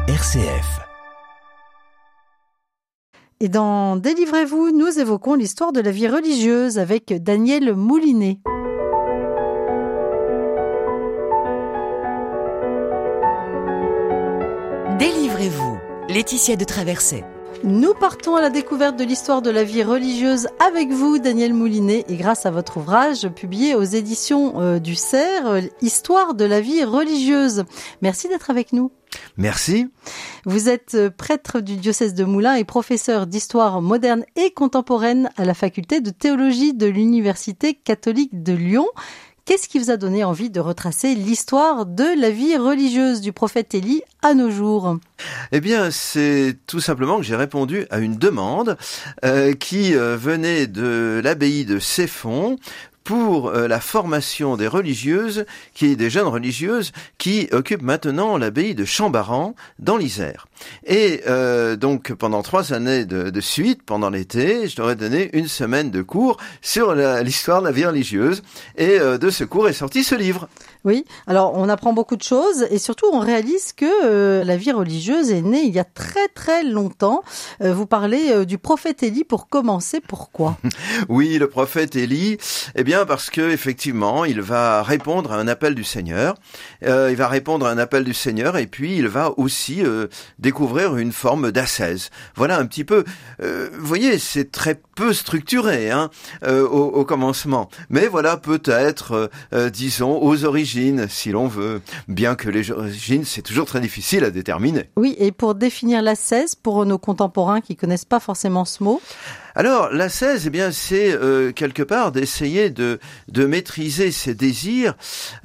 RCF. Et dans Délivrez-vous, nous évoquons l'histoire de la vie religieuse avec Daniel Moulinet. Délivrez-vous, Laetitia de Traversais. Nous partons à la découverte de l'histoire de la vie religieuse avec vous, Daniel Moulinet, et grâce à votre ouvrage publié aux éditions du Cerf, Histoire de la vie religieuse. Merci d'être avec nous. Merci. Vous êtes prêtre du diocèse de Moulins et professeur d'histoire moderne et contemporaine à la faculté de théologie de l'Université catholique de Lyon. Qu'est-ce qui vous a donné envie de retracer l'histoire de la vie religieuse du prophète Élie à nos jours ? Eh bien, c'est tout simplement que j'ai répondu à une demande qui venait de l'abbaye de Ceffonds pour la formation des religieuses, des jeunes religieuses qui occupent maintenant l'abbaye de Chambaran dans l'Isère. Et donc pendant 3 années de suite, pendant l'été, je leur ai donné une semaine de cours sur l'histoire de la vie religieuse. Et de ce cours est sorti ce livre. Oui, alors on apprend beaucoup de choses et surtout on réalise que la vie religieuse est née il y a très très longtemps. Vous parlez du prophète Élie pour commencer, pourquoi ? Oui, le prophète Élie, eh bien parce que effectivement il va répondre à un appel du Seigneur. Il va répondre à un appel du Seigneur et puis il va aussi découvrir une forme d'ascèse. Voilà un petit peu, vous voyez, c'est très peu structuré au commencement. Mais voilà peut-être, disons, aux origines, si l'on veut, bien que les origines, c'est toujours très difficile à déterminer. Oui, et pour définir l'ascèse, pour nos contemporains qui connaissent pas forcément ce mot. Alors, l'ascèse, eh bien, c'est quelque part d'essayer de maîtriser ses désirs,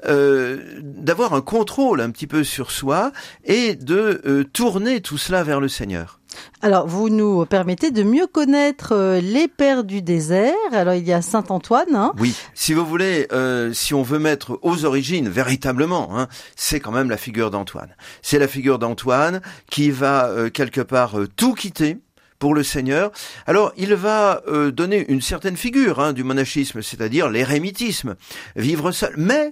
d'avoir un contrôle un petit peu sur soi et de tourner tout cela vers le Seigneur. Alors, vous nous permettez de mieux connaître les pères du désert. Alors, il y a Saint Antoine. Oui, si vous voulez, si on veut mettre aux origines, véritablement, c'est quand même la figure d'Antoine. C'est la figure d'Antoine qui va quelque part tout quitter pour le Seigneur. Alors, il va donner une certaine figure du monachisme, c'est-à-dire l'érémitisme, vivre seul. Mais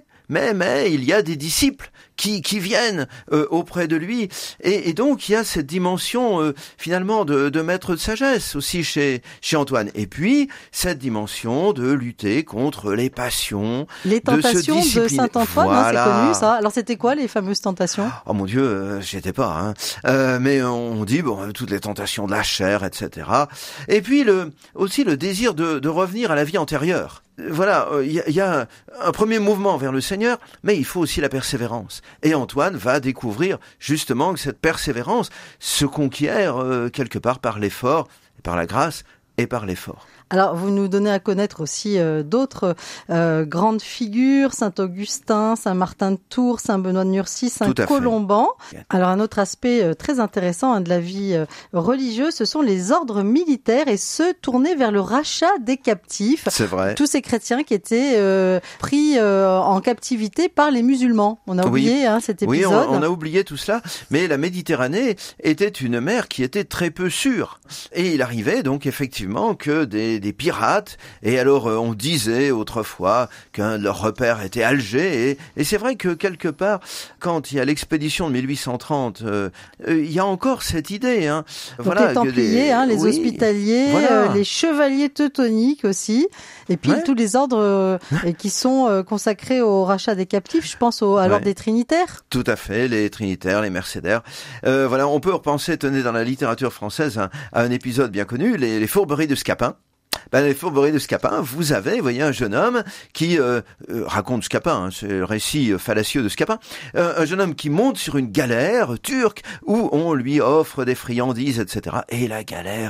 il y a des disciples qui viennent auprès de lui, et donc il y a cette dimension finalement de maître de sagesse aussi chez Antoine. Et puis cette dimension de lutter contre les passions, les tentations de Saint Antoine, voilà. C'est connu ça. Alors c'était quoi les fameuses tentations ? Oh mon Dieu, j'y étais pas. Mais on dit toutes les tentations de la chair, etc. Et puis aussi le désir de revenir à la vie antérieure. Voilà, il y a un premier mouvement vers le Seigneur, mais il faut aussi la persévérance. Et Antoine va découvrir justement que cette persévérance se conquiert quelque part par l'effort, par la grâce et par l'effort. Alors, vous nous donnez à connaître aussi d'autres grandes figures, Saint Augustin, Saint Martin de Tours, Saint Benoît de Nursie, Saint Colomban. Alors, un autre aspect très intéressant de la vie religieuse, ce sont les ordres militaires et ceux tournés vers le rachat des captifs. C'est vrai. Tous ces chrétiens qui étaient pris en captivité par les musulmans. On a oublié cet épisode. Oui, on a oublié tout cela, mais la Méditerranée était une mer qui était très peu sûre. Et il arrivait donc effectivement que des pirates, et alors on disait autrefois qu'un de leurs repères était Alger, et c'est vrai que quelque part, quand il y a l'expédition de 1830, il y a encore cette idée. Donc voilà, les Templiers, les Hospitaliers, voilà. Les chevaliers teutoniques aussi, et puis tous les ordres qui sont consacrés au rachat des captifs, je pense à l'ordre des Trinitaires. Tout à fait, les Trinitaires, les Mercédaires. Voilà, on peut repenser, tenez, dans la littérature française, à un épisode bien connu, les fourberies de Scapin. Les fourberies de Scapin, vous voyez, un jeune homme qui raconte Scapin, c'est le récit fallacieux de Scapin, un jeune homme qui monte sur une galère turque où on lui offre des friandises, etc. Et la galère,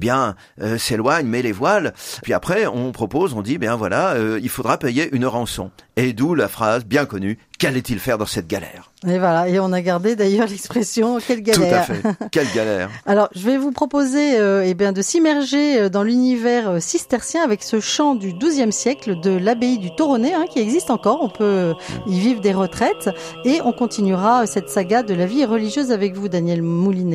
s'éloigne, met les voiles. Puis après, on dit, il faudra payer une rançon. Et d'où la phrase bien connue, qu'allait-il faire dans cette galère ? Et voilà, et on a gardé d'ailleurs l'expression « quelle galère ». Tout à fait, quelle galère. Alors, je vais vous proposer de s'immerger dans l'univers cistercien avec ce chant du XIIe siècle de l'abbaye du Toronnais, qui existe encore. On peut y vivre des retraites. Et on continuera cette saga de la vie religieuse avec vous, Daniel Moulinet.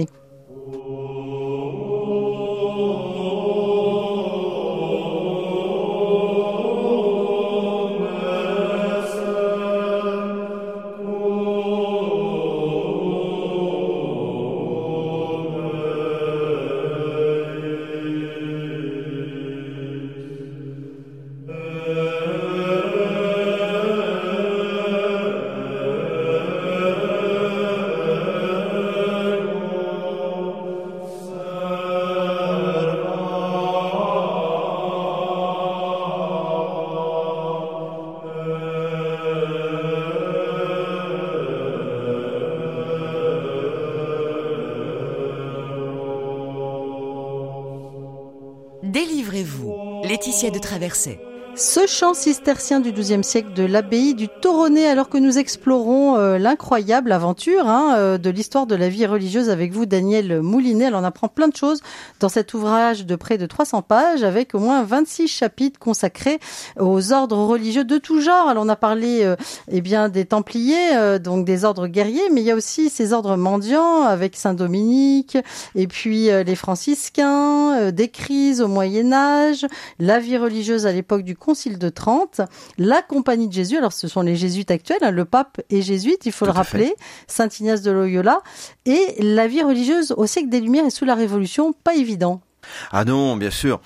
Délivrez-vous, Laetitia de Traversais. Ce chant cistercien du XIIe siècle de l'abbaye du Toronnais, alors que nous explorons l'incroyable aventure de l'histoire de la vie religieuse avec vous, Daniel Moulinet. Alors, on apprend plein de choses dans cet ouvrage de près de 300 pages, avec au moins 26 chapitres consacrés aux ordres religieux de tout genre. Alors, on a parlé des Templiers, donc des ordres guerriers, mais il y a aussi ces ordres mendiants avec Saint-Dominique, et puis les franciscains, des crises au Moyen-Âge, la vie religieuse à l'époque du Concile de Trente, la Compagnie de Jésus, alors ce sont les jésuites actuels, le pape est jésuite, il faut le rappeler, Saint Ignace de Loyola, et la vie religieuse au siècle des Lumières et sous la Révolution, pas évident. Ah non, bien sûr.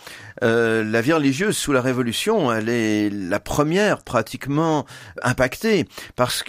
La vie religieuse sous la Révolution, elle est la première pratiquement impactée parce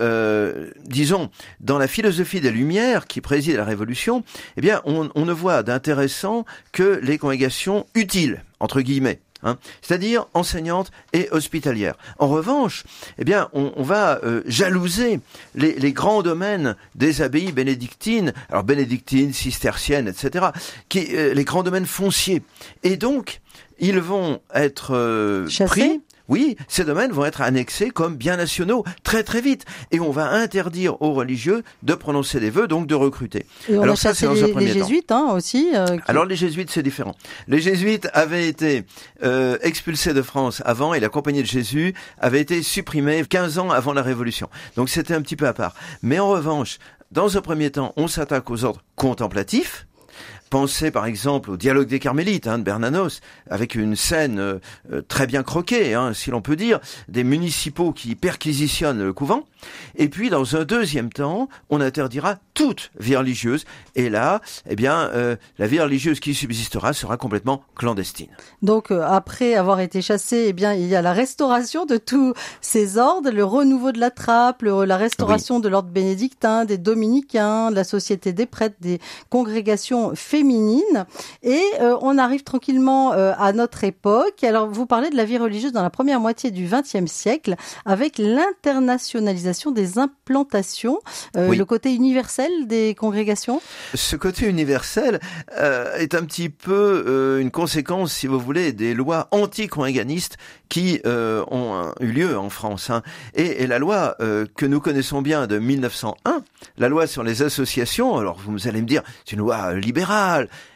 que, disons, dans la philosophie des Lumières qui préside la Révolution, eh bien, on ne voit d'intéressant que les congrégations utiles, entre guillemets. C'est-à-dire enseignantes et hospitalières. En revanche, eh bien, on va jalouser les grands domaines des abbayes bénédictines, alors bénédictines, cisterciennes, etc., les grands domaines fonciers. Et donc, ils vont être pris. Oui, ces domaines vont être annexés comme biens nationaux très très vite. Et on va interdire aux religieux de prononcer des vœux, donc de recruter. Et on alors a ça, c'est dans un premier temps. Les jésuites aussi. Alors les jésuites, c'est différent. Les jésuites avaient été expulsés de France avant et la Compagnie de Jésus avait été supprimée 15 ans avant la Révolution. Donc c'était un petit peu à part. Mais en revanche, dans un premier temps, on s'attaque aux ordres contemplatifs. Pensez par exemple au dialogue des Carmélites de Bernanos, avec une scène très bien croquée, si l'on peut dire, des municipaux qui perquisitionnent le couvent. Et puis dans un deuxième temps, on interdira toute vie religieuse. Et là, eh bien, la vie religieuse qui subsistera sera complètement clandestine. Donc après avoir été chassé, eh bien, il y a la restauration de tous ces ordres, le renouveau de la trappe, la restauration de l'ordre bénédictin, des dominicains, de la société des prêtres, des congrégations féminine. Et on arrive tranquillement à notre époque. Alors, vous parlez de la vie religieuse dans la première moitié du XXe siècle avec l'internationalisation des implantations, le côté universel des congrégations. Ce côté universel est un petit peu une conséquence, si vous voulez, des lois anti-congréganistes qui ont eu lieu en France. Et la loi que nous connaissons bien de 1901, la loi sur les associations, alors vous allez me dire, c'est une loi libérale,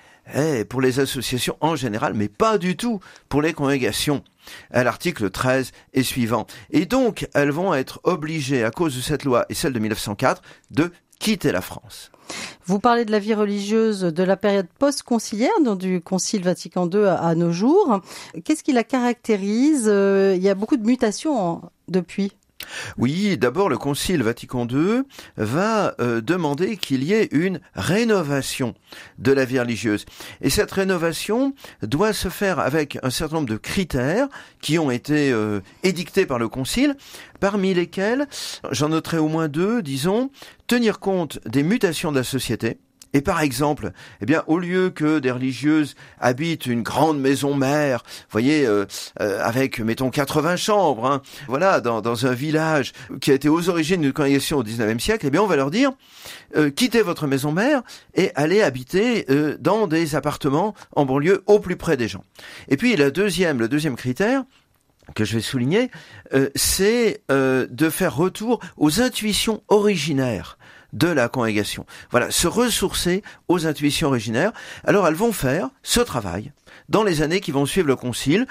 pour les associations en général, mais pas du tout pour les congrégations, à l'article 13 et suivant. Et donc, elles vont être obligées, à cause de cette loi et celle de 1904, de quitter la France. Vous parlez de la vie religieuse de la période post-conciliaire, donc du Concile Vatican II à nos jours. Qu'est-ce qui la caractérise ? Il y a beaucoup de mutations depuis. Oui, d'abord le Concile Vatican II va demander qu'il y ait une rénovation de la vie religieuse. Et cette rénovation doit se faire avec un certain nombre de critères qui ont été édictés par le Concile, parmi lesquels, j'en noterai au moins 2, disons, tenir compte des mutations de la société. Et par exemple, eh bien, au lieu que des religieuses habitent une grande maison mère, voyez, avec, mettons, 80 chambres, voilà, dans un village qui a été aux origines d'une congrégation au 19e siècle, eh bien, on va leur dire, quittez votre maison mère et allez habiter dans des appartements en banlieue au plus près des gens. Et puis, le deuxième critère, que je vais souligner, c'est de faire retour aux intuitions originaires de la congrégation. Voilà, se ressourcer aux intuitions originaires. Alors elles vont faire ce travail dans les années qui vont suivre le concile,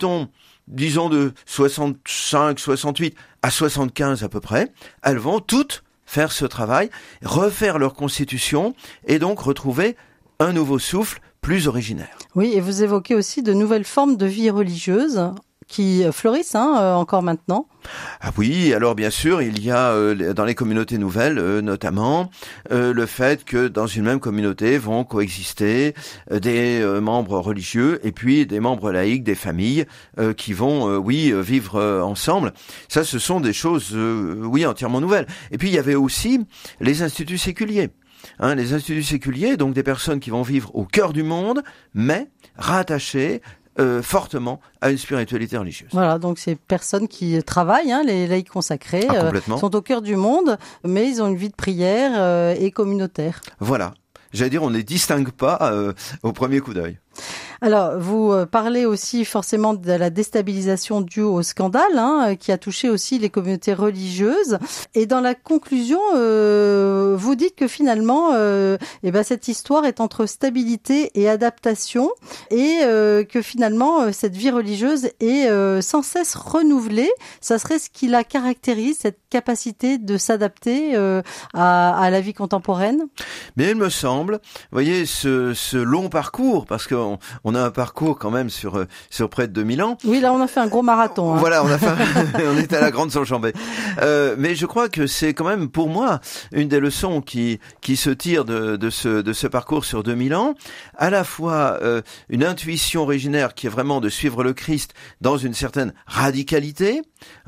disons de 65, 68 à 75 à peu près, elles vont toutes faire ce travail, refaire leur constitution et donc retrouver un nouveau souffle plus originaire. Oui, et vous évoquez aussi de nouvelles formes de vie religieuse qui fleurissent encore maintenant. Ah oui, alors bien sûr, il y a dans les communautés nouvelles notamment le fait que dans une même communauté vont coexister des membres religieux et puis des membres laïcs, des familles qui vont vivre ensemble. Ça, ce sont des choses entièrement nouvelles. Et puis il y avait aussi les instituts séculiers. Les instituts séculiers, donc des personnes qui vont vivre au cœur du monde, mais rattachées fortement à une spiritualité religieuse. Voilà, donc ces personnes qui travaillent, les laïcs consacrés, sont au cœur du monde, mais ils ont une vie de prière et communautaire. Voilà. j'allais dire, on ne les distingue pas au premier coup d'œil. Alors, vous parlez aussi forcément de la déstabilisation due au scandale, qui a touché aussi les communautés religieuses. Et dans la conclusion, vous dites que finalement, cette histoire est entre stabilité et adaptation, et que finalement, cette vie religieuse est sans cesse renouvelée. Ça serait ce qui la caractérise, cette capacité de s'adapter à la vie contemporaine. Mais il me semble, vous voyez, ce long parcours, parce qu'on a un parcours quand même sur près de 2000 ans. Oui, là on a fait un gros marathon. Voilà, on est à la grande surjambée. Mais je crois que c'est quand même pour moi une des leçons qui se tire de ce parcours sur 2000 ans, à la fois une intuition originaire qui est vraiment de suivre le Christ dans une certaine radicalité,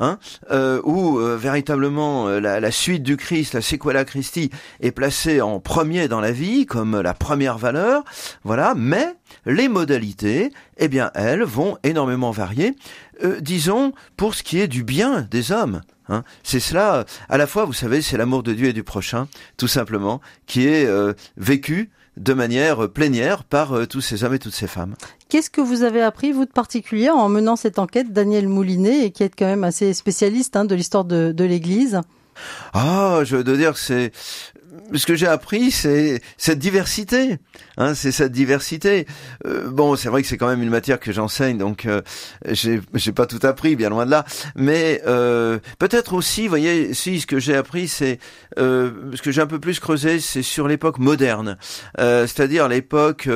où véritablement la suite du Christ, la sequela Christi, est placée en premier dans la vie comme la première valeur. Voilà, mais les modalités, eh bien, elles vont énormément varier, disons, pour ce qui est du bien des hommes. C'est cela, à la fois, vous savez, c'est l'amour de Dieu et du prochain, tout simplement, qui est vécu de manière plénière par tous ces hommes et toutes ces femmes. Qu'est-ce que vous avez appris, vous, de particulier, en menant cette enquête, Daniel Moulinet, et qui est quand même assez spécialiste de l'histoire de l'Église? Je veux dire que ce que j'ai appris, c'est cette diversité. C'est cette diversité. C'est vrai que c'est quand même une matière que j'enseigne, donc j'ai pas tout appris, bien loin de là. Mais peut-être aussi, vous voyez, ce que j'ai appris, c'est ce que j'ai un peu plus creusé, c'est sur l'époque moderne, c'est-à-dire l'époque,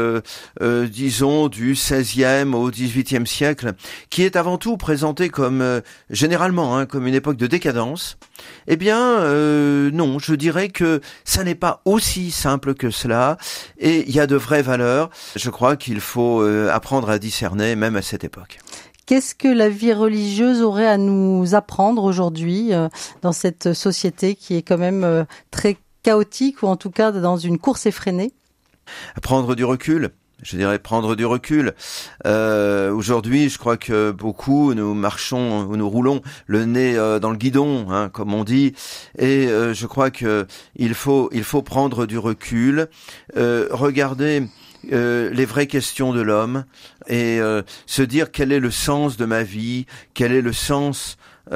disons, du XVIe au XVIIIe siècle, qui est avant tout présentée comme généralement comme une époque de décadence. Eh bien, non, je dirais que ça n'est pas aussi simple que cela, et il y a de vraies valeurs. Je crois qu'il faut apprendre à discerner, même à cette époque. Qu'est-ce que la vie religieuse aurait à nous apprendre aujourd'hui dans cette société qui est quand même très chaotique, ou en tout cas dans une course effrénée? À prendre du recul. Je dirais prendre du recul. Aujourd'hui, je crois que beaucoup nous marchons ou nous roulons le nez dans le guidon, comme on dit, et je crois que il faut prendre du recul, regarder les vraies questions de l'homme et se dire quel est le sens de ma vie, quel est le sens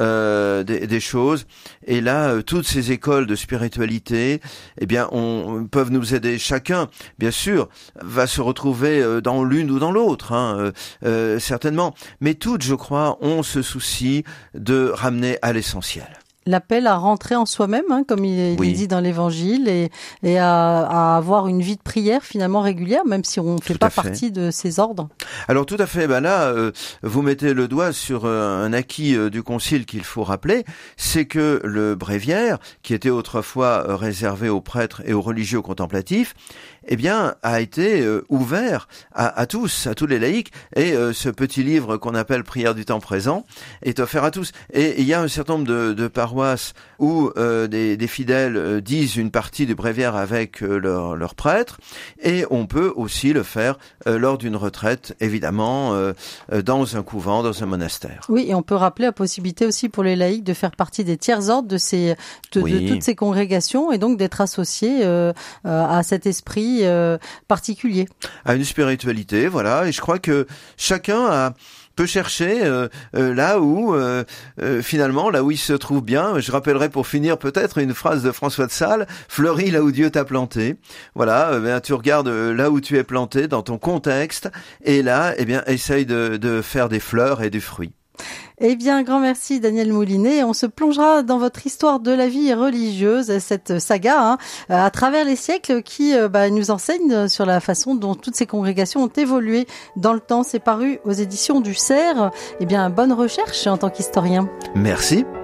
des choses. Et là, toutes ces écoles de spiritualité, eh bien, peuvent nous aider. Chacun, bien sûr, va se retrouver dans l'une ou dans l'autre, certainement. Mais toutes, je crois, ont ce souci de ramener à l'essentiel. L'appel à rentrer en soi-même, comme il est dit dans l'Évangile, et à avoir une vie de prière finalement régulière, même si on ne fait pas partie de ces ordres. Alors tout à fait, là, vous mettez le doigt sur un acquis du Concile qu'il faut rappeler, c'est que le bréviaire, qui était autrefois réservé aux prêtres et aux religieux contemplatifs, eh bien, a été ouvert à tous les laïcs, et ce petit livre qu'on appelle Prière du temps présent est offert à tous. Et il y a un certain nombre de paroisses où des fidèles disent une partie du bréviaire avec leur prêtre, et on peut aussi le faire lors d'une retraite, évidemment, dans un couvent, dans un monastère. Oui, et on peut rappeler la possibilité aussi pour les laïcs de faire partie des tiers ordres de toutes ces congrégations, et donc d'être associés à cet esprit particulier. À une spiritualité, voilà, et je crois que chacun peut chercher là où finalement là où il se trouve bien. Je rappellerai pour finir peut-être une phrase de François de Sales: fleuris là où Dieu t'a planté. Voilà, tu regardes là où tu es planté dans ton contexte, et là, eh bien, essaye de faire des fleurs et du fruit. Eh bien, grand merci Daniel Moulinet. On se plongera dans votre histoire de la vie religieuse, cette saga à travers les siècles qui nous enseigne sur la façon dont toutes ces congrégations ont évolué dans le temps. C'est paru aux éditions du Cerf. Eh bien, bonne recherche en tant qu'historien. Merci.